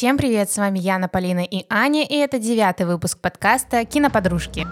Всем привет, с вами Яна, Полина и Аня, и это 9-й выпуск подкаста «Киноподружки».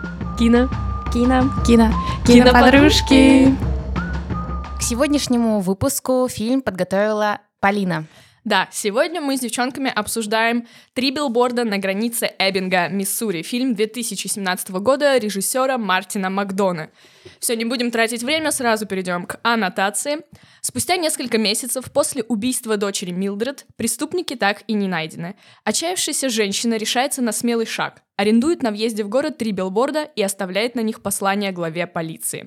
Киноподружки. К сегодняшнему выпуску фильм подготовила Полина. Да, сегодня мы с девчонками обсуждаем «Три билборда на границе Эббинга, Миссури», фильм 2017 года режиссера Мартина Макдона. Все, не будем тратить время, сразу перейдем к аннотации. Спустя несколько месяцев после убийства дочери Милдред преступники так и не найдены. Отчаявшаяся женщина решается на смелый шаг, арендует на въезде в город 3 билборда и оставляет на них послание главе полиции.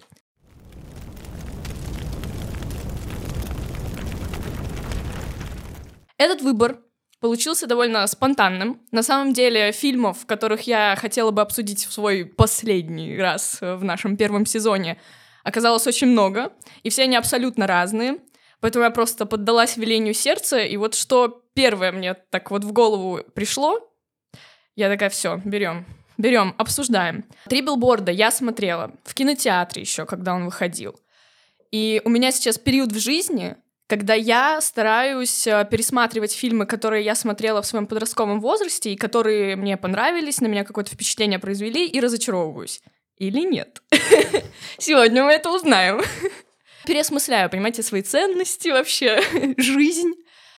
Этот выбор получился довольно спонтанным. На самом деле, фильмов, которых я хотела бы обсудить в свой последний раз в нашем первом сезоне, оказалось очень много, и все они абсолютно разные. Поэтому я просто поддалась велению сердца, и вот что первое мне так вот в голову пришло, я такая, все, берем, обсуждаем. 3 билборда я смотрела в кинотеатре еще, когда он выходил. И у меня сейчас период в жизни, когда я стараюсь пересматривать фильмы, которые я смотрела в своем подростковом возрасте и которые мне понравились, на меня какое-то впечатление произвели, и разочаровываюсь. Или нет? Сегодня мы это узнаем. Переосмысляю, понимаете, свои ценности вообще, жизнь.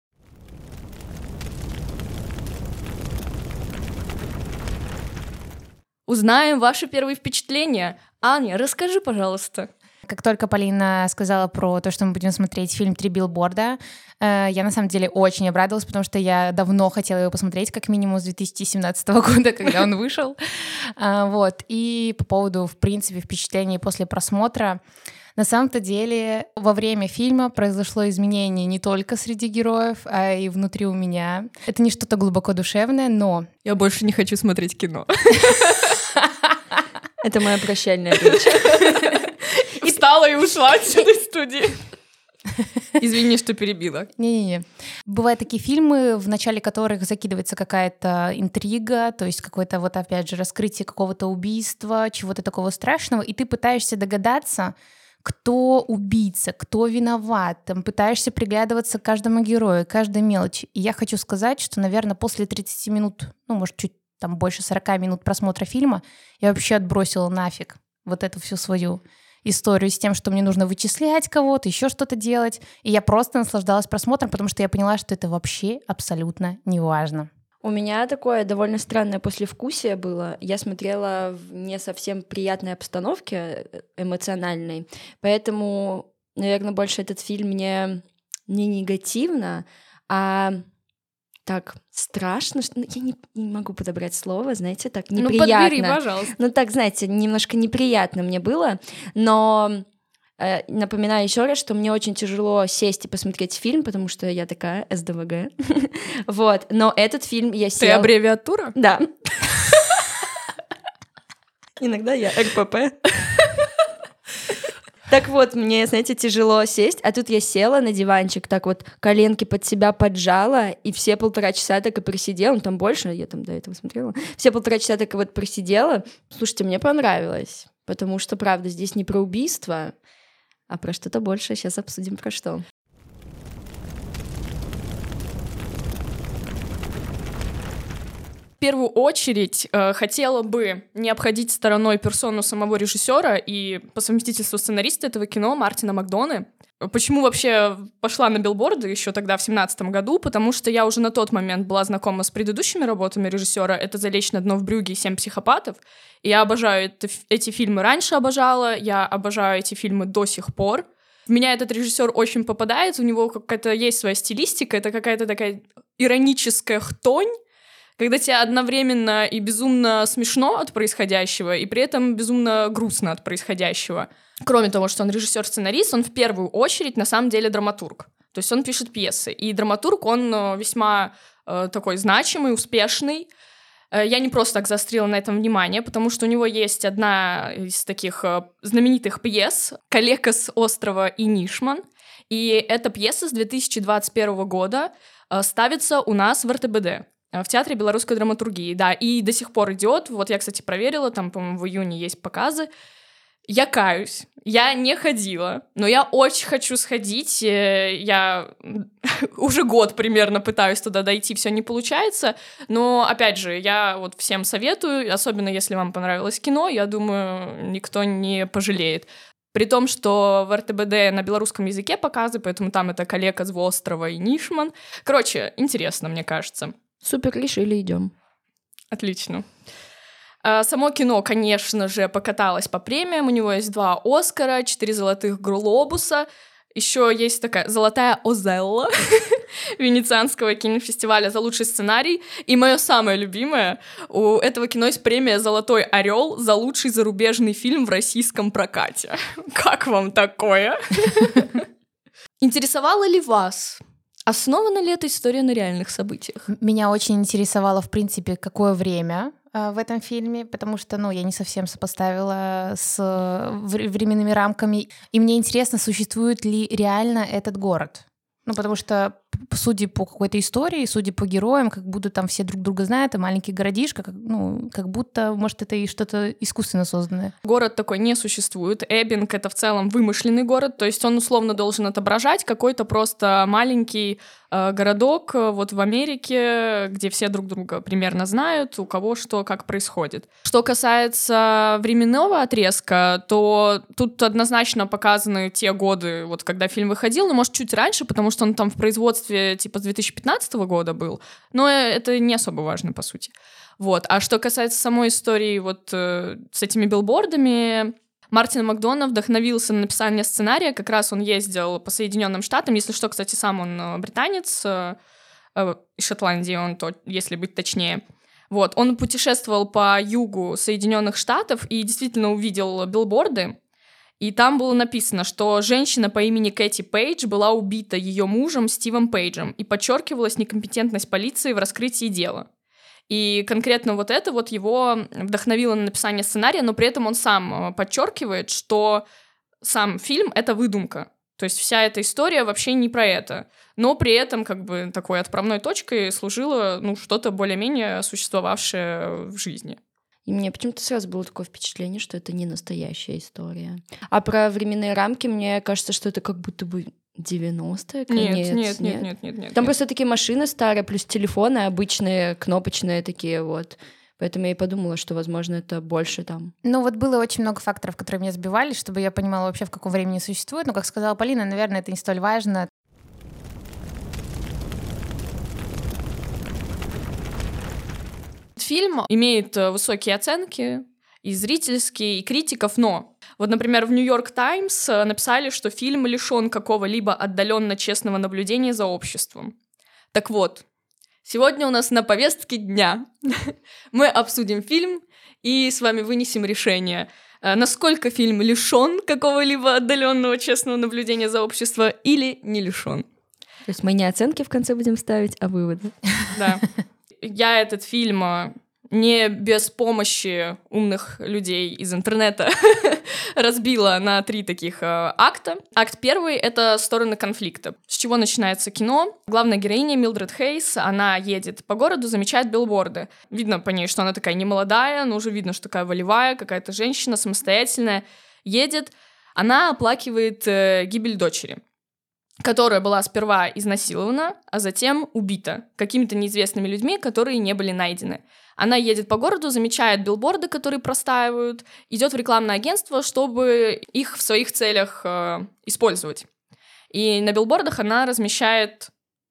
Узнаем ваши первые впечатления. Аня, расскажи, пожалуйста. Как только Полина сказала про то, что мы будем смотреть фильм «Три билборда», я на самом деле очень обрадовалась, потому что я давно хотела его посмотреть, как минимум с 2017 года, когда он вышел. Вот. И по поводу, в принципе, впечатлений после просмотра, на самом-то деле во время фильма произошло изменение не только среди героев, а и внутри у меня. Это не что-то глубоко душевное, но... Я больше не хочу смотреть кино. Это моя прощальная речь. И встала и ушла отсюда из студии. Извини, что перебила. Не-не-не. Бывают такие фильмы, в начале которых закидывается какая-то интрига, то есть какое-то, вот опять же, раскрытие какого-то убийства, чего-то такого страшного, и ты пытаешься догадаться, кто убийца, кто виноват, там, пытаешься приглядываться к каждому герою, к каждой мелочи. И я хочу сказать, что, наверное, после 30 минут, ну, может, чуть там больше 40 минут просмотра фильма, я вообще отбросила нафиг вот эту всю свою историю с тем, что мне нужно вычислять кого-то, еще что-то делать. И я просто наслаждалась просмотром, потому что я поняла, что это вообще абсолютно не важно. У меня такое довольно странное послевкусие было. Я смотрела в не совсем приятной обстановке эмоциональной, поэтому, наверное, больше этот фильм мне не негативно, а так страшно, что я не могу подобрать слово, знаете, так неприятно. Ну, подбери, пожалуйста. Ну, так, знаете, немножко неприятно мне было, но напоминаю еще раз, что мне очень тяжело сесть и посмотреть фильм, потому что я такая СДВГ. Вот, но этот фильм я села... Ты аббревиатура? Да. Иногда я РПП. Так вот, мне, знаете, тяжело сесть, а тут я села на диванчик, так вот коленки под себя поджала, и все 1,5 часа так и просидела, ну там больше, я там до этого смотрела, все 1,5 часа так и вот просидела. Слушайте, мне понравилось, потому что, правда, здесь не про убийство, а про что-то большее. Сейчас обсудим, про что. В первую очередь хотела бы не обходить стороной персону самого режиссера и по совместительству сценариста этого кино Мартина Макдона. Почему вообще пошла на билборды еще тогда, в 2017 году? Потому что я уже на тот момент была знакома с предыдущими работами режиссера. Это «Залечь на дно в Брюгге» и «7 психопатов». И я обожаю эти фильмы, раньше обожала, я обожаю эти фильмы до сих пор. В меня этот режиссер очень попадает, у него какая-то есть своя стилистика, это какая-то такая ироническая хтонь, когда тебе одновременно и безумно смешно от происходящего, и при этом безумно грустно от происходящего. Кроме того, что он режиссер-сценарист, он в первую очередь на самом деле драматург. То есть он пишет пьесы. И драматург, он весьма такой значимый, успешный. Я не просто так заострила на этом внимание, потому что у него есть одна из таких знаменитых пьес «Калека с острова Инишман». И эта пьеса с 2021 года ставится у нас в РТБД. В Театре белорусской драматургии, да, и до сих пор идет. Вот я, кстати, проверила, там, по-моему, в июне есть показы. Я каюсь, я не ходила, но я очень хочу сходить. Я уже год примерно пытаюсь туда дойти, все не получается. Но, опять же, я вот всем советую, особенно если вам понравилось кино, я думаю, никто не пожалеет. При том, что в РТБД на белорусском языке показы, поэтому там это коллега Звострова и Нишман. Короче, интересно, мне кажется. Супер, решили, идем. Отлично. Само кино, конечно же, покаталось по премиям. У него есть 2 Оскара, 4 золотых глобуса. Еще есть такая золотая Озелла Венецианского кинофестиваля за лучший сценарий. И мое самое любимое, у этого кино есть премия «Золотой орел» за лучший зарубежный фильм в российском прокате. Как вам такое? Интересовало ли вас, основана ли эта история на реальных событиях? Меня очень интересовало, в принципе, какое время в этом фильме, потому что, я не совсем сопоставила с временными рамками. И мне интересно, существует ли реально этот город. Потому что, судя по какой-то истории, судя по героям, как будто там все друг друга знают, и маленький городишко, как будто, может, это и что-то искусственно созданное. Город такой не существует. Эббинг — это в целом вымышленный город, то есть он условно должен отображать какой-то просто маленький городок вот в Америке, где все друг друга примерно знают, у кого что, как происходит. Что касается временного отрезка, то тут однозначно показаны те годы, вот когда фильм выходил, но, может, чуть раньше, потому что он там в производстве типа с 2015 года был, но это не особо важно, по сути. Вот. А что касается самой истории вот с этими билбордами, Мартин Макдона вдохновился на написание сценария, как раз он ездил по Соединенным Штатам, если что, кстати, сам он британец, из Шотландии он, если быть точнее. Вот, он путешествовал по югу Соединенных Штатов и действительно увидел билборды, и там было написано, что женщина по имени Кэти Пейдж была убита ее мужем Стивом Пейджем, и подчеркивалась некомпетентность полиции в раскрытии дела. И конкретно вот это вот его вдохновило на написание сценария, но при этом он сам подчеркивает, что сам фильм — это выдумка. То есть вся эта история вообще не про это. Но при этом как бы такой отправной точкой служило что-то более-менее существовавшее в жизни. И мне почему-то сразу было такое впечатление, что это не настоящая история. А про временные рамки, мне кажется, что это как будто бы 90-е, конец. Нет. Там просто такие машины старые, плюс телефоны обычные, кнопочные такие вот. Поэтому я и подумала, что, возможно, это больше там. Вот было очень много факторов, которые меня сбивали, чтобы я понимала вообще, в каком времени существует. Но, как сказала Полина, наверное, это не столь важно. Фильм имеет высокие оценки, и зрительские, и критиков, но вот, например, в «Нью-Йорк Таймс» написали, что фильм лишён какого-либо отдаленно честного наблюдения за обществом. Так вот, сегодня у нас на повестке дня мы обсудим фильм и с вами вынесем решение, насколько фильм лишён какого-либо отдаленного честного наблюдения за обществом или не лишён. То есть мы не оценки в конце будем ставить, а выводы. Да. Я этот фильм не без помощи умных людей из интернета разбила на 3 таких акта. Акт 1 — это стороны конфликта. С чего начинается кино? Главная героиня Милдред Хейс, она едет по городу, замечает билборды. Видно по ней, что она такая немолодая, но уже видно, что такая волевая, какая-то женщина, самостоятельная. Едет, она оплакивает гибель дочери, которая была сперва изнасилована, а затем убита какими-то неизвестными людьми, которые не были найдены. Она едет по городу, замечает билборды, которые простаивают, идет в рекламное агентство, чтобы их в своих целях использовать. И на билбордах она размещает,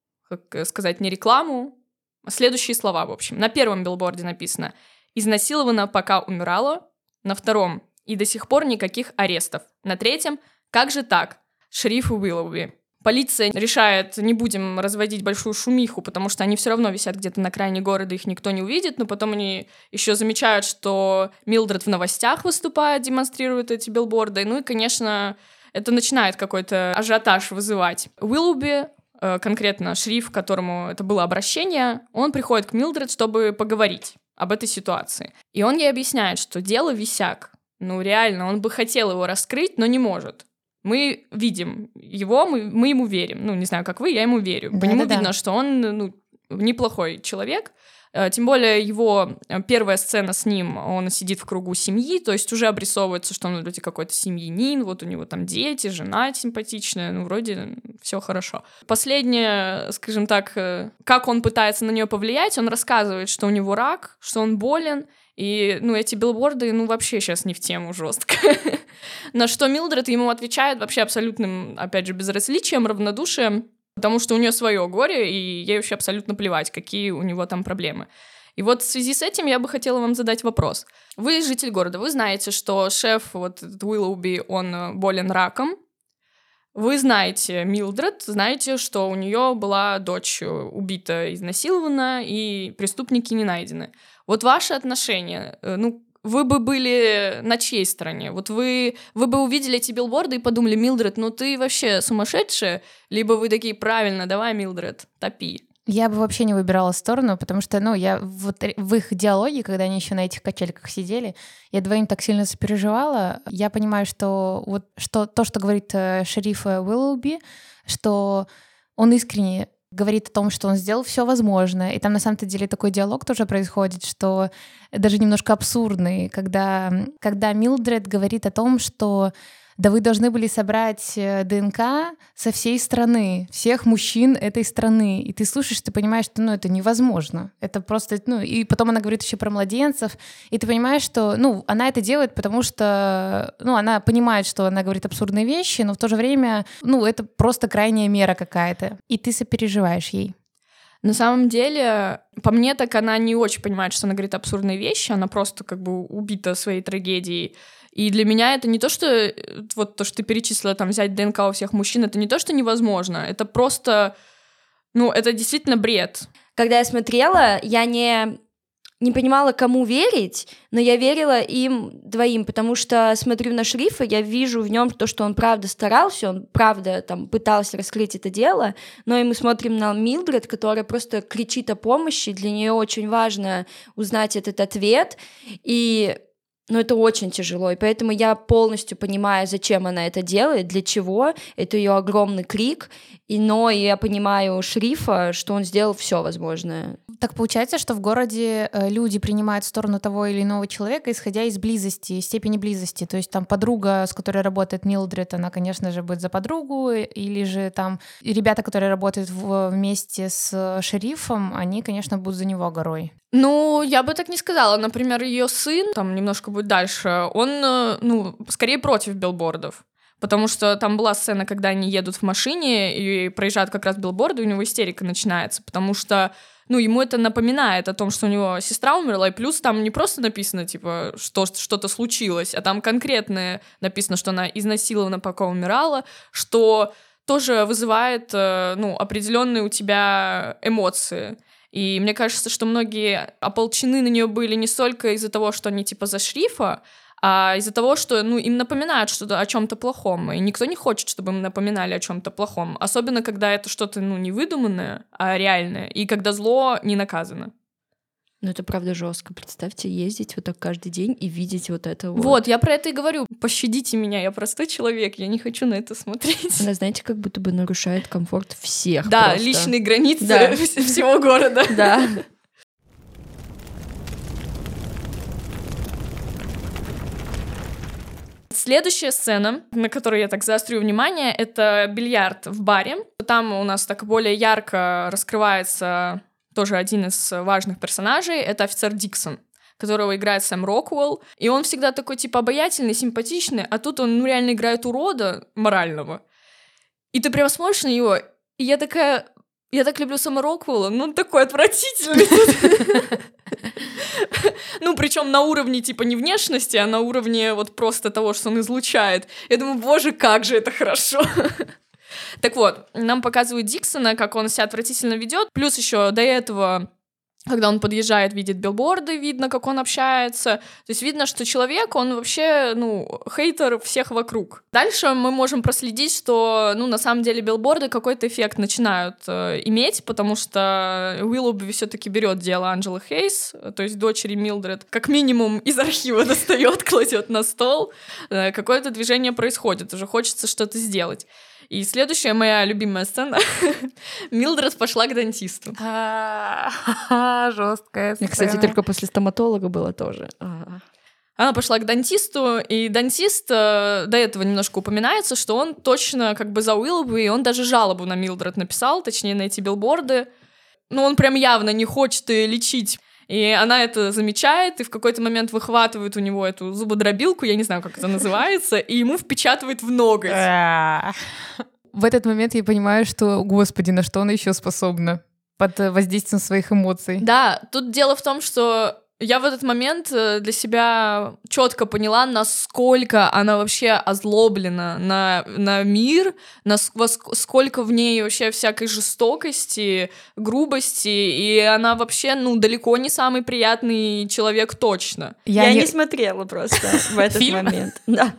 как сказать, не рекламу, а следующие слова, в общем. На первом билборде написано «Изнасилована, пока умирала». На втором «И до сих пор никаких арестов». На третьем «Как же так? Шериф Уиллоуби». Полиция решает, не будем разводить большую шумиху, потому что они все равно висят где-то на окраине города, их никто не увидит, но потом они еще замечают, что Милдред в новостях выступает, демонстрирует эти билборды, и, конечно, это начинает какой-то ажиотаж вызывать. Уиллоуби, конкретно шериф, к которому это было обращение, он приходит к Милдред, чтобы поговорить об этой ситуации. И он ей объясняет, что дело висяк. Реально, он бы хотел его раскрыть, но не может. Мы видим его, мы ему верим. Не знаю, как вы, я ему верю. По нему видно, что он неплохой человек. Тем более его первая сцена с ним, он сидит в кругу семьи, то есть уже обрисовывается, что он вроде какой-то семьянин, вот у него там дети, жена симпатичная, ну, вроде все хорошо. Последнее, скажем так, как он пытается на нее повлиять, он рассказывает, что у него рак, что он болен, и, ну, эти билборды, ну, вообще сейчас не в тему жестко. На что Милдред ему отвечает вообще абсолютным, опять же, безразличием, равнодушием, потому что у нее свое горе, и ей вообще абсолютно плевать, какие у него там проблемы. И вот в связи с этим я бы хотела вам задать вопрос. Вы житель города, вы знаете, что шеф, вот этот Уиллоуби, он болен раком. Вы знаете Милдред, знаете, что у нее была дочь убита, изнасилована, и преступники не найдены. Вот ваши отношения, ну, вы бы были на чьей стороне? Вот вы бы увидели эти билборды и подумали: Милдред, ну ты вообще сумасшедшая? Либо вы такие: правильно, давай, Милдред, топи. Я бы вообще не выбирала сторону, потому что, ну, я вот в их диалоге, когда они еще на этих качельках сидели, я двоим так сильно сопереживала. Я понимаю, что вот то, что говорит шериф Уиллоуби, что он искренне говорит о том, что он сделал все возможное. И там на самом-то деле такой диалог тоже происходит, что даже немножко абсурдный, когда Милдред говорит о том, что да вы должны были собрать ДНК со всей страны, всех мужчин этой страны. И ты слушаешь, ты понимаешь, что ну, это невозможно. Это просто, ну, и потом она говорит еще про младенцев, и ты понимаешь, что, ну, она это делает, потому что, ну, она понимает, что она говорит абсурдные вещи, но в то же время, ну, это просто крайняя мера какая-то. И ты сопереживаешь ей. На самом деле, по мне, так она не очень понимает, что она говорит абсурдные вещи, она просто как бы убита своей трагедией. И для меня это не то, что вот то, что ты перечислила, там, взять ДНК у всех мужчин, это не то, что невозможно, это просто, ну, это действительно бред. Когда я смотрела, я не понимала, кому верить, но я верила им двоим, потому что смотрю на шерифа, я вижу в нем то, что он правда старался, он правда там пытался раскрыть это дело, но и мы смотрим на Милдред, которая просто кричит о помощи, для нее очень важно узнать этот ответ, и но это очень тяжело, и поэтому я полностью понимаю, зачем она это делает, для чего, это ее огромный крик, но я понимаю шерифа, что он сделал все возможное. Так получается, что в городе люди принимают сторону того или иного человека, исходя из близости, степени близости. То есть там подруга, с которой работает Милдред, она, конечно же, будет за подругу, или же там ребята, которые работают вместе с шерифом, они, конечно, будут за него горой. Ну, я бы так не сказала. Например, ее сын, там немножко будет дальше, он, ну, скорее против билбордов. Потому что там была сцена, когда они едут в машине и проезжают как раз билборды, и у него истерика начинается, потому что, ну, ему это напоминает о том, что у него сестра умерла, и плюс там не просто написано, типа, что что-то случилось, а там конкретно написано, что она изнасилована, пока умирала, что тоже вызывает, ну, определенные у тебя эмоции. И мне кажется, что многие ополчены на нее были не столько из-за того, что они типа за шерифа, а из-за того, что, ну, им напоминают что-то о чем-то плохом, и никто не хочет, чтобы им напоминали о чем-то плохом, особенно когда это что-то, ну, не выдуманное, а реальное, и когда зло не наказано. Ну, это правда жестко. Представьте, ездить вот так каждый день и видеть вот это вот. Вот, я про это и говорю. Пощадите меня, я простой человек, я не хочу на это смотреть. Она, знаете, как будто бы нарушает комфорт всех. Да, просто. Личные границы всего города. Да. Следующая сцена, на которую я так заострю внимание, это бильярд в баре. Там у нас так более ярко раскрывается тоже один из важных персонажей. Это офицер Диксон, которого играет Сэм Роквелл. И он всегда такой, типа, обаятельный, симпатичный, а тут он, ну, реально играет урода морального. И ты прям смотришь на него, и я такая... Я так люблю Сэма Роквелла, ну, он такой отвратительный. Ну, причем на уровне, типа, не внешности, а на уровне вот просто того, что он излучает. Я думаю, боже, как же это хорошо. Так вот, нам показывают Диксона, как он себя отвратительно ведет. Плюс еще до этого, когда он подъезжает, видит билборды, видно, как он общается. То есть видно, что человек, он вообще, ну, хейтер всех вокруг. Дальше мы можем проследить, что, ну, на самом деле билборды какой-то эффект начинают иметь, потому что Уиллоуби все-таки берет дело Анджелы Хейс, то есть дочери Милдред, как минимум из архива достает, кладет на стол. Какое-то движение происходит, уже хочется что-то сделать. И следующая моя любимая сцена. Милдред пошла к дантисту. Жесткая сцена. Кстати, только после стоматолога было тоже. Она пошла к дантисту, и дантист до этого немножко упоминается, что он точно как бы за Уиллоуби, и он даже жалобу на Милдред написал, точнее, на эти билборды. Но он прям явно не хочет ее лечить. И она это замечает, и в какой-то момент выхватывает у него эту зубодробилку, я не знаю, как это называется, и ему впечатывает в ноготь. В этот момент я понимаю, что, господи, на что она еще способна под воздействием своих эмоций. Да, тут дело в том, что я в этот момент для себя четко поняла, насколько она вообще озлоблена на мир, сколько в ней вообще всякой жестокости, грубости, и она вообще, далеко не самый приятный человек точно. Я не смотрела просто в этот момент. Да.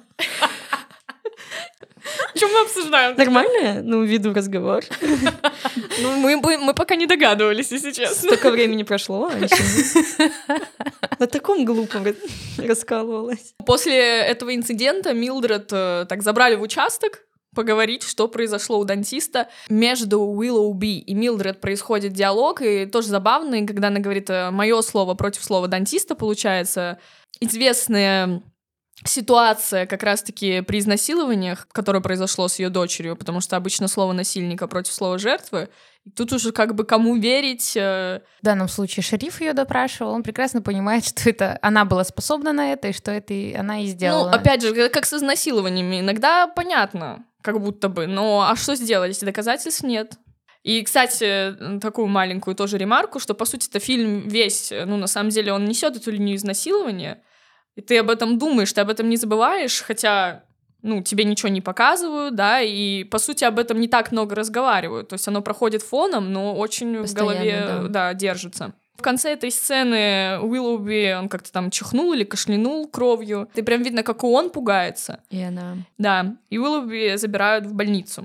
Что мы обсуждаем? Нормально? Веду разговор. Мы пока не догадывались, если честно. Столько времени прошло, а еще на таком глупом раскалывалась. После этого инцидента Милдред так забрали в участок поговорить, что произошло у дантиста. Между Уиллоуби и Милдред происходит диалог, и тоже забавный, когда она говорит «моё слово против слова дантиста», получается известная ситуация как раз-таки при изнасилованиях, которое произошло с ее дочерью, потому что обычно слово насильника против слова жертвы. И тут уже как бы кому верить. В данном случае шериф ее допрашивал, он прекрасно понимает, что это она была способна на это, и что это она и сделала. Опять же, как с изнасилованиями, иногда понятно, как будто бы, но а что сделать, если доказательств нет? И, кстати, такую маленькую тоже ремарку, что, по сути, это фильм весь, на самом деле, он несет эту линию изнасилования, и ты об этом думаешь, ты об этом не забываешь, хотя, тебе ничего не показывают, да, и, по сути, об этом не так много разговаривают. То есть оно проходит фоном, но очень постоянно, в голове, да, держится. В конце этой сцены Уиллоуби, он как-то там чихнул или кашлянул кровью. Ты прям видно, как и он пугается. И она. Да, и Уиллоуби забирают в больницу.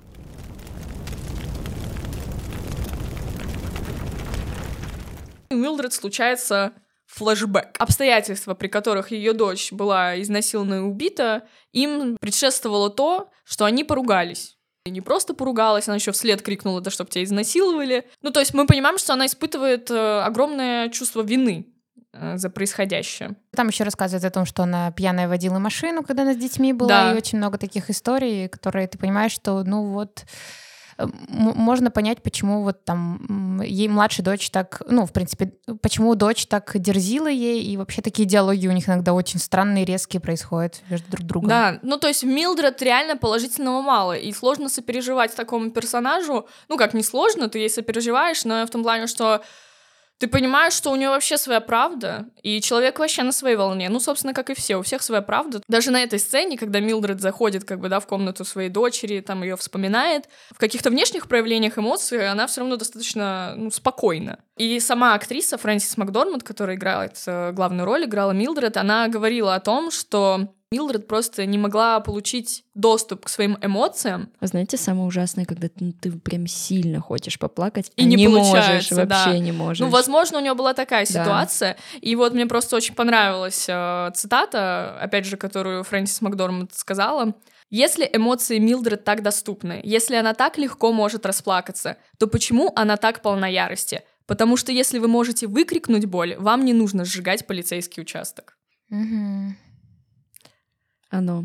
У Милдред случается флешбэк. Обстоятельства, при которых ее дочь была изнасилована и убита, им предшествовало то, что они поругались. И не просто поругалась, она еще вслед крикнула, да чтоб тебя изнасиловали. То есть мы понимаем, что она испытывает огромное чувство вины за происходящее. Там еще рассказывает о том, что она пьяная водила машину, когда она с детьми была, да. И очень много таких историй, которые ты понимаешь, что, можно понять, почему вот там ей младшая дочь так, в принципе, почему дочь так дерзила ей, и вообще такие диалоги у них иногда очень странные, резкие происходят между друг другом. Да, то есть в Милдред реально положительного мало, и сложно сопереживать такому персонажу, как не сложно, ты ей сопереживаешь, но в том плане, что ты понимаешь, что у нее вообще своя правда, и человек вообще на своей волне. Собственно, как и все, у всех своя правда. Даже на этой сцене, когда Милдред заходит, в комнату своей дочери, там ее вспоминает, в каких-то внешних проявлениях эмоций она все равно достаточно, спокойна. И сама актриса Фрэнсис Макдорманд, которая играет главную роль, играла Милдред, она говорила о том, что Милдред просто не могла получить доступ к своим эмоциям. А знаете, самое ужасное, когда ты прям сильно хочешь поплакать, и не можешь, да. вообще не можешь. Возможно, у нее была такая ситуация. И вот мне просто очень понравилась цитата, опять же, которую Фрэнсис Макдорманд сказала. «Если эмоции Милдред так доступны, если она так легко может расплакаться, то почему она так полна ярости? Потому что если вы можете выкрикнуть боль, вам не нужно сжигать полицейский участок». Угу. Оно.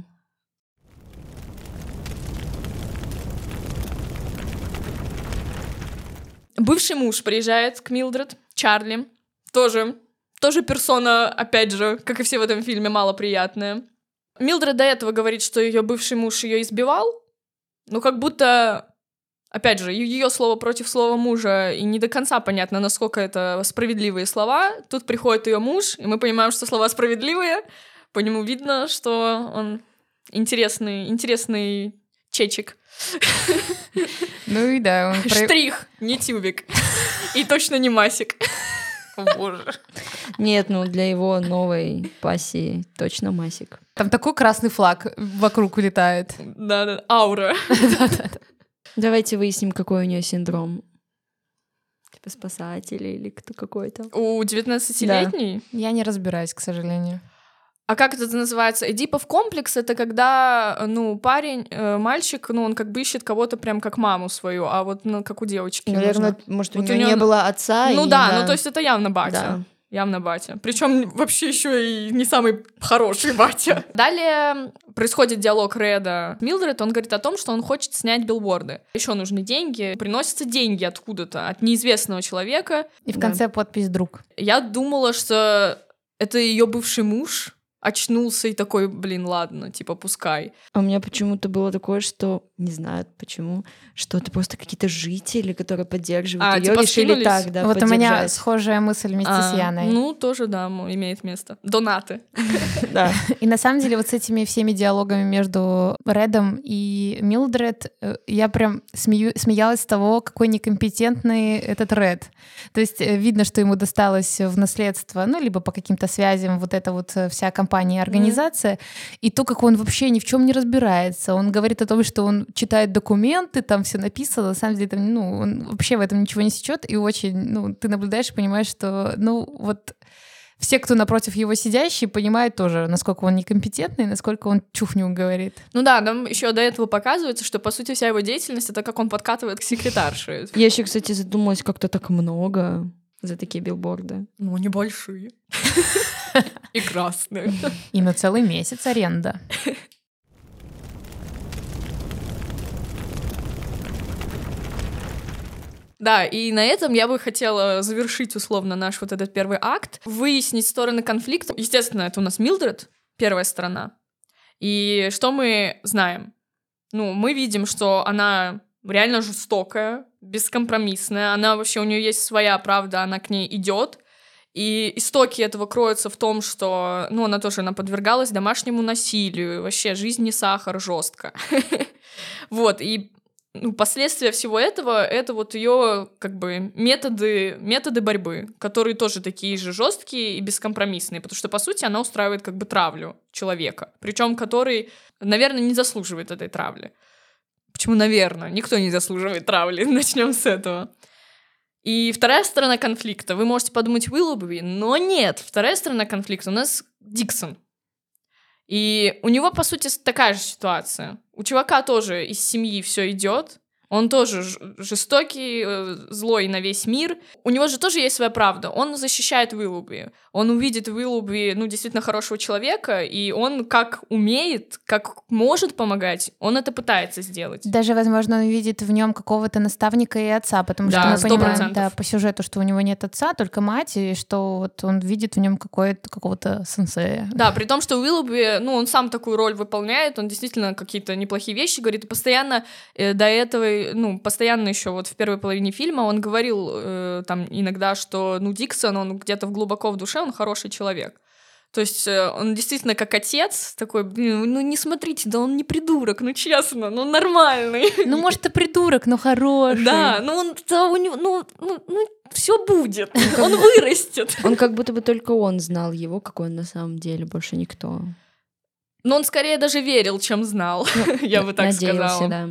Бывший муж приезжает к Милдред, Чарли, тоже персона, опять же, как и все в этом фильме, малоприятная. Милдред до этого говорит, что ее бывший муж ее избивал, как будто, опять же, ее слово против слова мужа, и не до конца понятно, насколько это справедливые слова. Тут приходит ее муж, и мы понимаем, что слова справедливые. По нему видно, что он интересный чечек. И да. Штрих, не тюбик. И точно не масик. О, боже. Нет, для его новой пассии точно масик. Там такой красный флаг вокруг улетает. Да, аура. Давайте выясним, какой у нее синдром. Типа спасателей или кто какой-то. У 19-летней? Да. Я не разбираюсь, к сожалению. А как это называется? Эдипов комплекс — это когда, ну, парень, мальчик, ну, он как бы ищет кого-то прям как маму свою, а вот, ну, как у девочки. Наверное, нужно. может, у Вот нее не было отца. Ну и да, она- ну то есть это явно батя. Да. Явно батя. Причем вообще еще и не самый хороший батя. Далее происходит диалог Реда с Милдред. Он говорит о том, что он хочет снять билборды. Еще нужны деньги. Приносятся деньги откуда-то, от неизвестного человека. И в Да. конце подпись «друг». Я думала, что это ее бывший муж очнулся и такой, блин, ладно, типа, пускай. А у меня почему-то было такое, что, не знаю почему, что это просто какие-то жители, которые поддерживают ее, типа решили скинулись? так, да, Вот у меня поддержать. схожая мысль вместе с Яной. Ну, тоже, да, имеет место. Донаты. Да. И на самом деле вот с этими всеми диалогами между Редом и Милдред я прям смеялась с того, какой некомпетентный этот Ред. То есть видно, что ему досталось в наследство, ну, либо по каким-то связям вот эта вот вся компания и организация, и то, как он вообще ни в чем не разбирается. Он говорит о том, что он читает документы, там все написано, на самом деле, там, ну, он вообще в этом ничего не сечет, и очень, ну, ты наблюдаешь и понимаешь, что, ну, вот все, кто напротив его сидящие, понимают тоже, насколько он некомпетентный, насколько он чухню говорит. Ну да, нам еще до этого показывается, что, по сути, вся его деятельность — это как он подкатывает к секретарше. Я еще, кстати, задумалась, как-то так много за такие билборды. Ну, небольшие. И красные. И на целый месяц аренда. Да, и на этом я бы хотела завершить условно наш вот этот первый акт, выяснить стороны конфликта. Естественно, это у нас Милдред, первая сторона. И что мы знаем? Ну, мы видим, что она реально жестокая, бескомпромиссная, она вообще, у нее есть своя правда, она к ней идет. И истоки этого кроются в том, что, ну, она подвергалась домашнему насилию, вообще жизнь не сахар, жестко. Вот, и последствия всего этого — это вот ее как бы методы борьбы, которые тоже такие же жесткие и бескомпромиссные, потому что, по сути, она устраивает как бы травлю человека, причем который, наверное, не заслуживает этой травли. Почему, наверное? Никто не заслуживает травли, начнем с этого. И вторая сторона конфликта, вы можете подумать, Уиллоуби, но нет, вторая сторона конфликта у нас Диксон. И у него, по сути, такая же ситуация. У чувака тоже из семьи все идет. Он тоже жестокий, злой на весь мир. У него же тоже есть своя правда. Он защищает Уиллоуби. Он увидит в Уиллоуби, ну, действительно хорошего человека, и он как умеет, как может помогать, он это пытается сделать. Даже, возможно, он видит в нем какого-то наставника и отца, потому что Да, мы понимаем, 100%. да, по сюжету, что у него нет отца, только мать, и что вот он видит в нем какого-то сенсея. Да, при том, что Уиллоуби, ну, он сам такую роль выполняет, он действительно какие-то неплохие вещи говорит, и постоянно до этого, ну, постоянно еще вот в первой половине фильма он говорил там иногда, что, ну, Диксон, он где-то глубоко в душе, он хороший человек. То есть он действительно как отец такой, блин, ну не смотрите, да он не придурок, ну честно, ну нормальный. Ну, может, и придурок, но хороший. Да, ну он, да, у него, ну все будет, он вырастет. Он как будто бы только он знал его, какой он на самом деле, больше никто. Но он скорее даже верил, чем знал, я бы так Надеялся, сказала. да.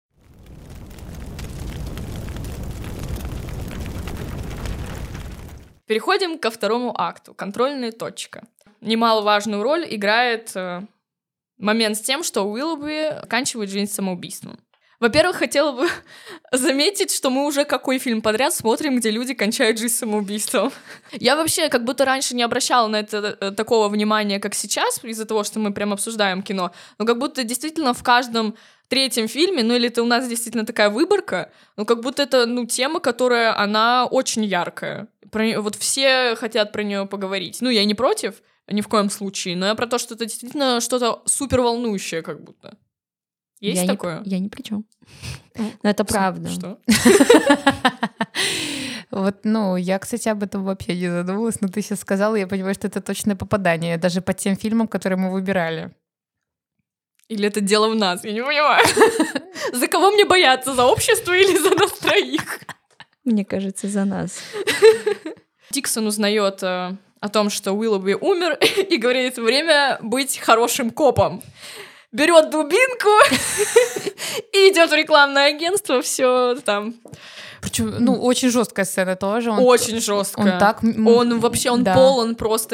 Переходим ко второму акту. Контрольная точка. Немаловажную роль играет момент с тем, что Уиллоуби оканчивает жизнь самоубийством. Во-первых, хотела бы заметить, что мы уже какой фильм подряд смотрим, где люди кончают жизнь самоубийством. Я вообще как будто раньше не обращала на это такого внимания, как сейчас, из-за того, что мы прям обсуждаем кино, но как будто действительно в каждом третьем фильме, ну или это у нас действительно такая выборка, ну как будто это, ну, тема, которая, она очень яркая. Вот все хотят про нее поговорить. Ну, я не против, ни в коем случае, но я про то, что это действительно что-то супер волнующее, как будто. Есть такое? Я ни при чем. Но это правда. Что? Вот, ну, я, кстати, об этом вообще не задумывалась, но ты сейчас сказала, и я понимаю, что это точное попадание, даже по тем фильмам, которые мы выбирали. Или это дело в нас? Я не понимаю. За кого мне бояться? За общество или за нас троих? Мне кажется, за нас. Диксон узнает о том, что Уиллоуби умер, и говорит, время быть хорошим копом. Берет дубинку и идет в рекламное агентство, все там Причем, ну, очень жесткая сцена тоже. Очень жесткая. Он так... Он вообще, он да. полон просто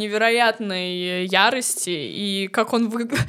невероятной ярости, и как он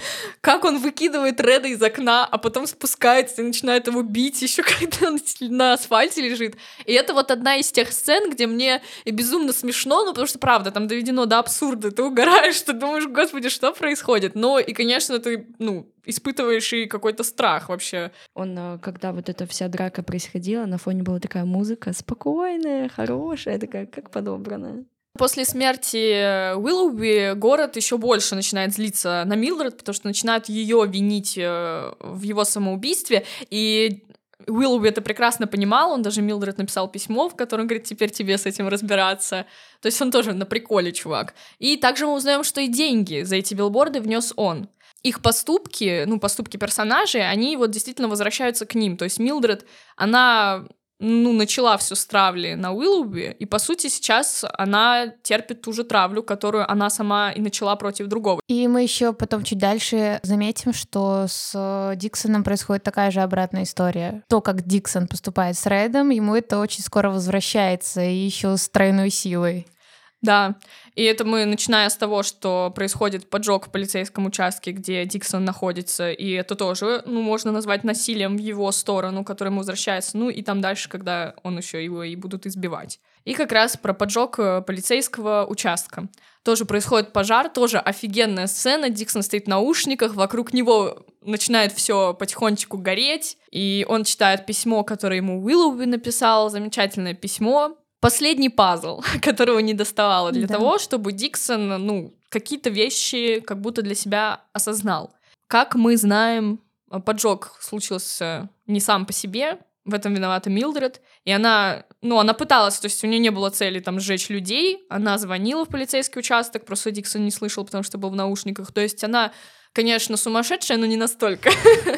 выкидывает Реда из окна, а потом спускается и начинает его бить еще когда он на асфальте лежит. И это вот одна из тех сцен, где мне безумно смешно, ну, потому что, правда, там доведено до абсурда. Ты угораешь, ты думаешь, господи, что происходит? Но и, конечно, ты, ну, испытываешь и какой-то страх вообще. Он, когда вот эта вся драка происходила, на фоне была такая музыка спокойная, хорошая, такая, как подобранная. После смерти Уиллоуби город еще больше начинает злиться на Милдред, потому что начинают ее винить в его самоубийстве, и Уиллоуби это прекрасно понимал, он даже Милдред написал письмо, в котором говорит, теперь тебе с этим разбираться. То есть он тоже на приколе, чувак. И также мы узнаем, что и деньги за эти билборды внес он. Их поступки, ну, поступки персонажей, они вот действительно возвращаются к ним. То есть Милдред, она, ну, начала все с травли на Уиллоуби, и, по сути, сейчас она терпит ту же травлю, которую она сама и начала против другого. И мы еще потом чуть дальше заметим, что с Диксоном происходит такая же обратная история. То, как Диксон поступает с Редом, ему это очень скоро возвращается, и еще с тройной силой. Да, и это мы, начиная с того, что происходит поджог в полицейском участке, где Диксон находится, и это тоже, ну, можно назвать насилием в его сторону, который ему возвращается, ну, и там дальше, когда он еще его и будут избивать. И как раз про поджог полицейского участка. Тоже происходит пожар, тоже офигенная сцена, Диксон стоит в наушниках, вокруг него начинает все потихонечку гореть, и он читает письмо, которое ему Уиллоуби написал, замечательное письмо. Последний пазл, которого не доставало для того, чтобы Диксон, ну, какие-то вещи как будто для себя осознал. Как мы знаем, поджог случился не сам по себе, в этом виновата Милдред, и она пыталась, то есть у нее не было цели там сжечь людей, она звонила в полицейский участок, просто Диксон не слышал, потому что был в наушниках, то есть она, конечно, сумасшедшая, но не настолько.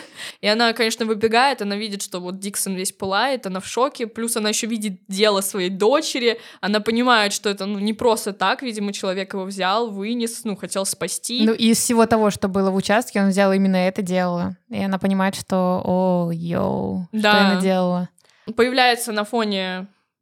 И она, конечно, выбегает, она видит, что вот Диксон весь пылает, она в шоке, плюс она еще видит дело своей дочери, она понимает, что это, ну, не просто так, видимо, человек его взял, вынес, ну, хотел спасти. Ну, из всего того, что было в участке, он взял именно это дело, и она понимает, что, что я наделала. Появляется на фоне...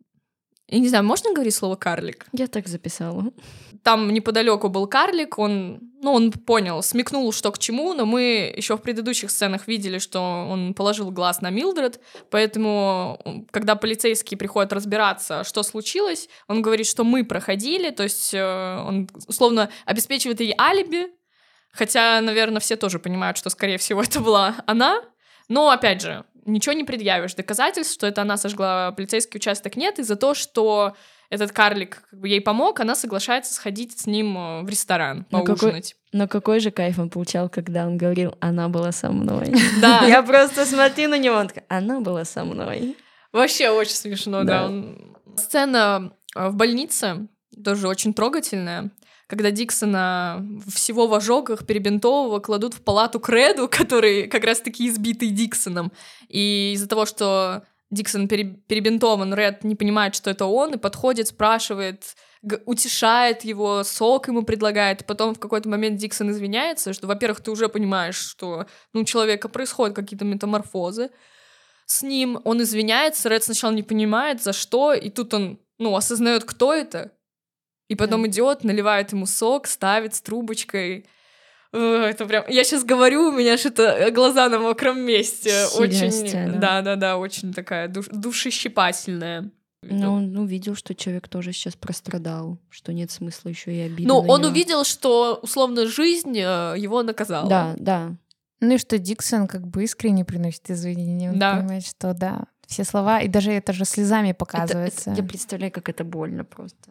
Я не знаю, можно говорить слово «карлик»? Я так записала. Там неподалеку был карлик, он понял, смекнул, что к чему, но мы еще в предыдущих сценах видели, что он положил глаз на Милдред, поэтому, когда полицейские приходят разбираться, что случилось, он говорит, что мы проходили, то есть он, условно, обеспечивает ей алиби, хотя, наверное, все тоже понимают, что, скорее всего, это была она, но, опять же, ничего не предъявишь, доказательств, что это она сожгла полицейский участок, нет, и за то, что этот карлик как бы ей помог, она соглашается сходить с ним в ресторан, поужинать. Но какой же кайф он получал, когда он говорил, она была со мной. Да. Я просто смотрю на него, он такой, она была со мной. Вообще очень смешно, да. Сцена в больнице тоже очень трогательная, когда Диксона всего в ожогах, перебинтового, кладут в палату к Реду, который как раз-таки избитый Диксоном. И из-за того, что Диксон перебинтован, Ред не понимает, что это он, и подходит, спрашивает, утешает его, сок ему предлагает. Потом в какой-то момент Диксон извиняется, что, во-первых, ты уже понимаешь, что у человека происходят какие-то метаморфозы с ним. Он извиняется, Ред сначала не понимает, за что, и тут он, осознает, кто это, и потом идет, наливает ему сок, ставит с трубочкой. Это прям... Я сейчас говорю, у меня что-то глаза на мокром месте. Сильная очень... сцена. Да, очень такая душещипательная. Но он увидел, что человек тоже сейчас прострадал, что нет смысла еще и обиды. Ну, на он него. увидел, что, условно, жизнь его наказала. Да. Ну и что Диксон как бы искренне приносит извинения. Он понимает, что да, все слова, и даже это же слезами показывается. Я представляю, как это больно просто.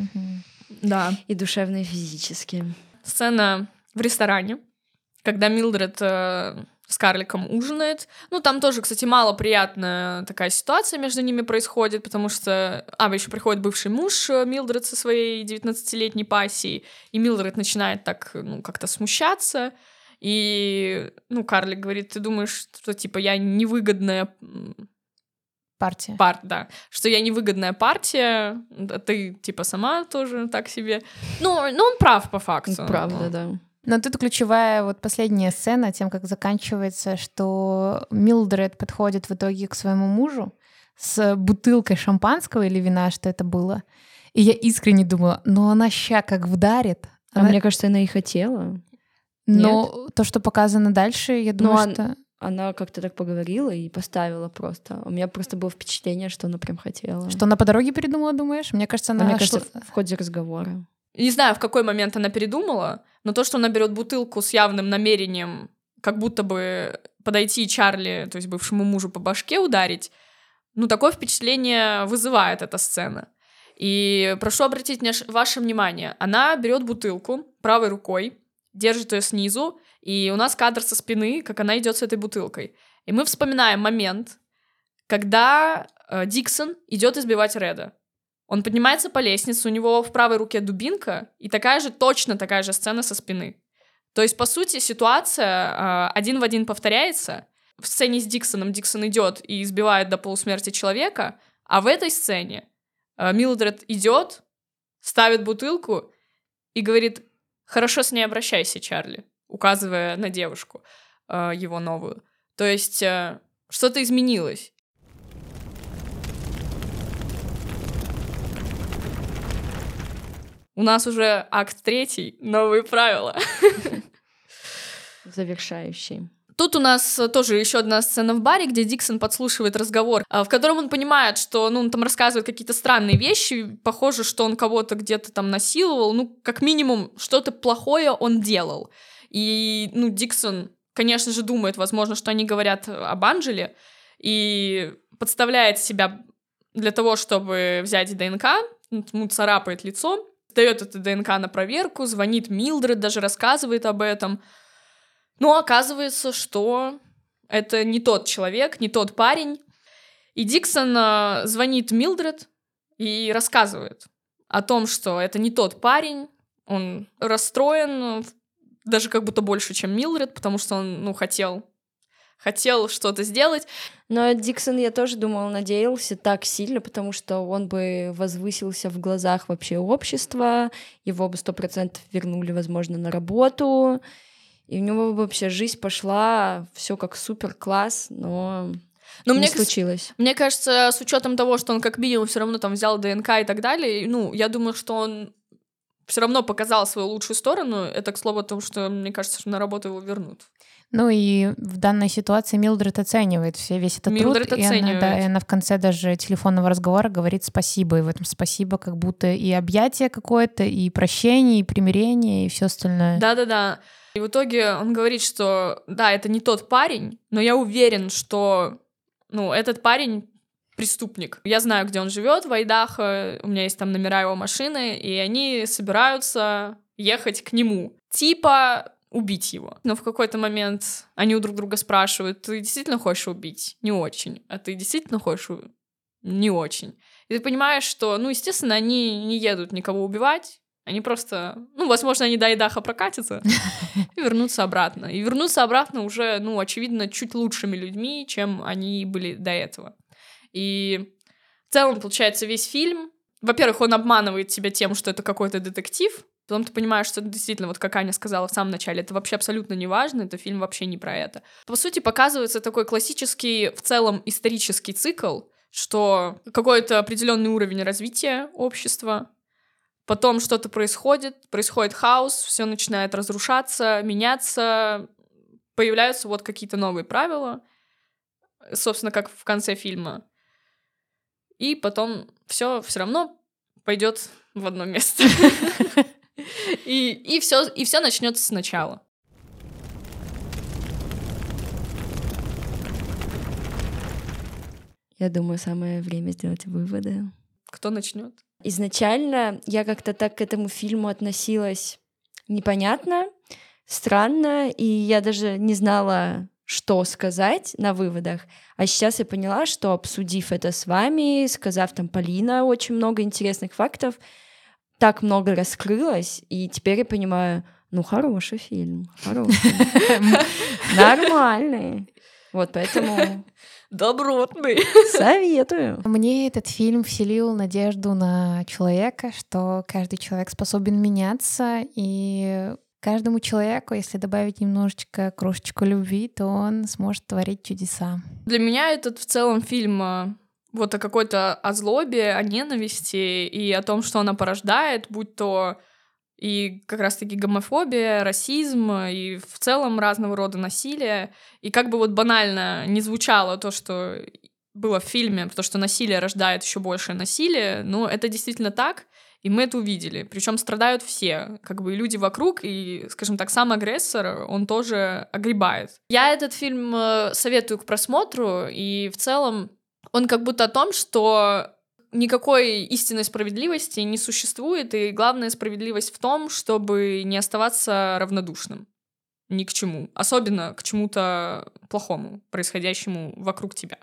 Да. И душевно, и физически. Сцена в ресторане, когда Милдред с карликом ужинает. Там тоже, кстати, малоприятная такая ситуация между ними происходит, потому что... еще приходит бывший муж Милдред со своей 19-летней пассией, и Милдред начинает так, как-то смущаться, и, карлик говорит, ты думаешь, что, типа, я невыгодная... Партия. Да, что я невыгодная партия, а ты, типа, сама тоже так себе. Он прав по факту. Правда, да. Но тут ключевая вот последняя сцена, тем, как заканчивается, что Милдред подходит в итоге к своему мужу, с бутылкой шампанского или вина, что это было. И я искренне думала, она ща как вдарит. Мне кажется, она и хотела. Но то, что показано дальше, я думаю, что... Она как-то так поговорила и поставила просто. У меня просто было впечатление, что она прям хотела. Что она по дороге передумала, думаешь? Мне кажется, она... Мне кажется, в ходе разговора. Не знаю, в какой момент она передумала, но то, что она берет бутылку с явным намерением как будто бы подойти Чарли, то есть бывшему мужу, по башке ударить, такое впечатление вызывает эта сцена. И прошу обратить ваше внимание, она берет бутылку правой рукой, держит ее снизу, и у нас кадр со спины, как она идет с этой бутылкой. И мы вспоминаем момент, когда Диксон идет избивать Реда. Он поднимается по лестнице, у него в правой руке дубинка, и точно такая же сцена со спины. То есть, по сути, ситуация один в один повторяется. В сцене с Диксоном Диксон идет и избивает до полусмерти человека, а в этой сцене Милдред идет, ставит бутылку и говорит: «Хорошо с ней обращайся, Чарли», указывая на девушку его новую. То есть что-то изменилось. У нас уже акт 3, новые правила. Завершающий. Тут у нас тоже еще одна сцена в баре, где Диксон подслушивает разговор, в котором он понимает, что он там рассказывает какие-то странные вещи, похоже, что он кого-то где-то там насиловал, как минимум что-то плохое он делал. И, Диксон, конечно же, думает, возможно, что они говорят об Анджеле, и подставляет себя для того, чтобы взять ДНК, царапает лицо, дает это ДНК на проверку, звонит Милдред, даже рассказывает об этом. Но оказывается, что это не тот человек, не тот парень. И Диксон звонит Милдред и рассказывает о том, что это не тот парень. Он расстроен, даже как будто больше, чем Милдред, потому что он, хотел что-то сделать. Но Диксон, я тоже думала, надеялся так сильно, потому что он бы возвысился в глазах вообще общества, его бы 100% вернули, возможно, на работу, и у него вообще жизнь пошла, все как супер-класс, но не случилось. Мне кажется, с учетом того, что он как минимум все равно там взял ДНК и так далее, я думаю, что он все равно показал свою лучшую сторону. Это, к слову, о том, что, мне кажется, что на работу его вернут. И в данной ситуации Милдред оценивает весь этот труд, и она в конце даже телефонного разговора говорит спасибо, и в этом спасибо как будто и объятие какое-то, и прощение, и примирение, и все остальное. Да-да-да. И в итоге он говорит, что да, это не тот парень, но я уверен, что этот парень преступник. Я знаю, где он живет, в Айдахо, у меня есть там номера его машины, и они собираются ехать к нему. Убить его. Но в какой-то момент они у друг друга спрашивают: ты действительно хочешь убить? Не очень. А ты действительно хочешь? Не очень. И ты понимаешь, что, естественно, они не едут никого убивать, они просто, возможно, они до Айдахо прокатятся и вернутся обратно. И вернутся обратно уже, очевидно, чуть лучшими людьми, чем они были до этого. И в целом, получается, весь фильм, во-первых, он обманывает тебя тем, что это какой-то детектив, потом ты понимаешь, что это действительно, как Аня сказала в самом начале, это вообще абсолютно не важно, это фильм вообще не про это. По сути, показывается такой классический, в целом, исторический цикл, что какой-то определенный уровень развития общества, потом что-то происходит хаос, все начинает разрушаться, меняться, появляются какие-то новые правила, собственно, как в конце фильма, и потом все равно пойдет в одно место. И все начнется сначала. Я думаю, самое время сделать выводы. Кто начнет? Изначально я как-то так к этому фильму относилась непонятно, странно, и я даже не знала, что сказать на выводах. А сейчас я поняла, что, обсудив это с вами, сказав там Полина очень много интересных фактов, так много раскрылось, и теперь я понимаю, хороший фильм, хороший, нормальный. Поэтому... Добротный. Советую. Мне этот фильм вселил надежду на человека, что каждый человек способен меняться, и каждому человеку, если добавить немножечко крошечку любви, то он сможет творить чудеса. Для меня этот в целом фильм вот о какой-то о злобе, о ненависти и о том, что она порождает, будь то и как раз-таки гомофобия, расизм и в целом разного рода насилие. И как бы вот банально не звучало то, что было в фильме, то, что насилие рождает еще большее насилие, но это действительно так, и мы это увидели. Причем страдают все, как бы и люди вокруг, и, скажем так, сам агрессор, он тоже огребает. Я этот фильм советую к просмотру, и в целом он как будто о том, что никакой истинной справедливости не существует, и главная справедливость в том, чтобы не оставаться равнодушным ни к чему, особенно к чему-то плохому, происходящему вокруг тебя.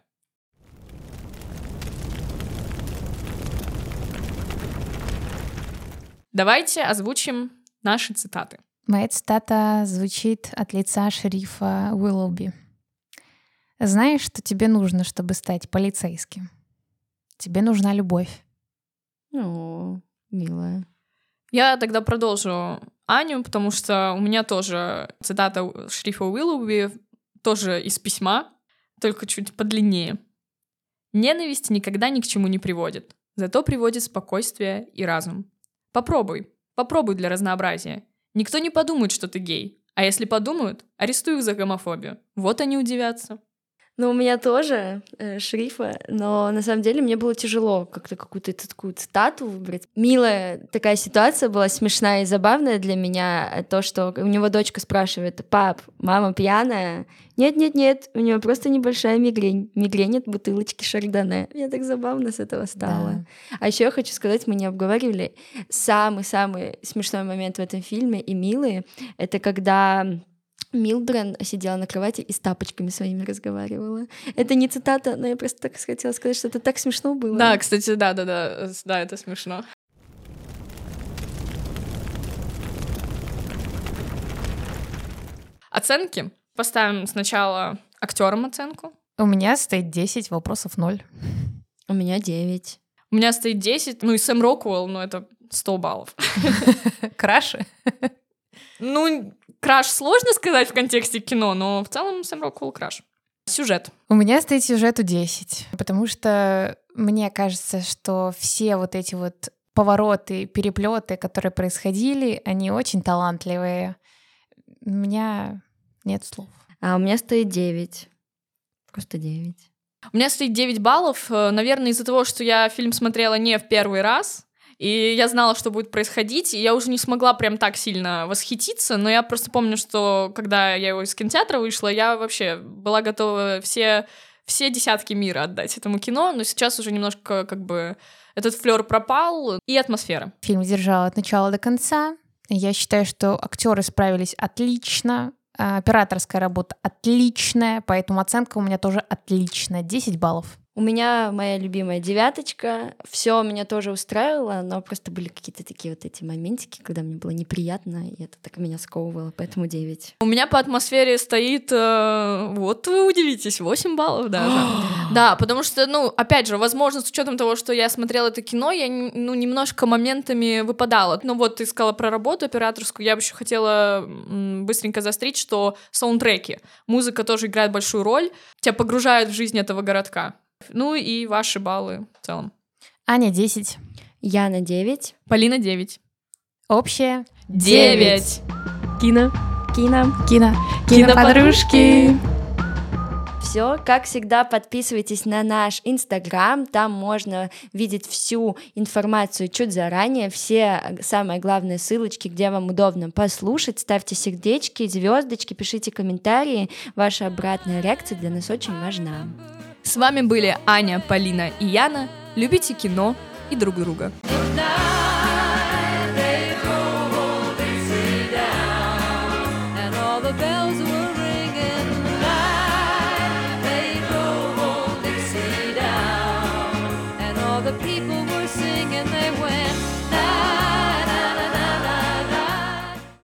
Давайте озвучим наши цитаты. Моя цитата звучит от лица шерифа Уиллоуби. «Знаешь, что тебе нужно, чтобы стать полицейским? Тебе нужна любовь». О, милая. Я тогда продолжу Аню, потому что у меня тоже цитата шерифа Уиллоуби, тоже из письма, только чуть подлиннее. «Ненависть никогда ни к чему не приводит, зато приводит спокойствие и разум. Попробуй для разнообразия. Никто не подумает, что ты гей, а если подумают, арестуй их за гомофобию. Вот они удивятся». Ну, у меня тоже шерифа, но на самом деле мне было тяжело как-то какую-то такую цитату выбрать. Милая такая ситуация была, смешная и забавная для меня, то, что у него дочка спрашивает: «Пап, мама пьяная?» «Нет, у нее просто небольшая мигрень. Мигрень от бутылочки шардоне». Мне так забавно с этого стало. Да. А еще я хочу сказать, мы не обговаривали самый-самый смешной момент в этом фильме и милый, это когда Милдред сидела на кровати и с тапочками своими разговаривала. Это не цитата, но я просто так хотела сказать, что это так смешно было. Да, кстати, да, это смешно. Оценки. Поставим сначала актерам оценку. У меня стоит 10, вопросов 0. У меня 9. У меня стоит 10, ну и Сэм Роквелл, ну это 100 баллов. Краши? Ну, краш сложно сказать в контексте кино, но в целом Сэм Роквелл краш. Сюжет. У меня стоит сюжету 10, потому что мне кажется, что все вот эти вот повороты, переплеты, которые происходили, они очень талантливые. У меня нет слов. А у меня стоит 9. Просто 9. У меня стоит 9 баллов, наверное, из-за того, что я фильм смотрела не в первый раз, и я знала, что будет происходить, и я уже не смогла прям так сильно восхититься, но я просто помню, что когда я его из кинотеатра вышла, я вообще была готова все десятки мира отдать этому кино, но сейчас уже немножко как бы этот флёр пропал, и атмосфера. Фильм держал от начала до конца. Я считаю, что актеры справились отлично, операторская работа отличная, поэтому оценка у меня тоже отличная, 10 баллов. У меня моя любимая 9. Все меня тоже устраивало, но просто были какие-то такие вот эти моментики, когда мне было неприятно, и это так меня сковывало, поэтому 9. У меня по атмосфере стоит, вот вы удивитесь, 8 баллов даже. Да, потому что, опять же, возможно, с учетом того, что я смотрела это кино, я, немножко моментами выпадала. Ну вот, ты сказала про работу операторскую, я бы еще хотела быстренько заострить, что саундтреки, музыка тоже играет большую роль, тебя погружают в жизнь этого городка. Ну и ваши баллы в целом. Аня 10. Яна 9. Полина 9. Общее 9. Киноподружки. Все, как всегда, подписывайтесь на наш Инстаграм, там можно видеть всю информацию чуть заранее, все самые главные ссылочки, где вам удобно послушать, ставьте сердечки, звездочки, пишите комментарии, ваша обратная реакция для нас очень важна. С вами были Аня, Полина и Яна. Любите кино и друг друга.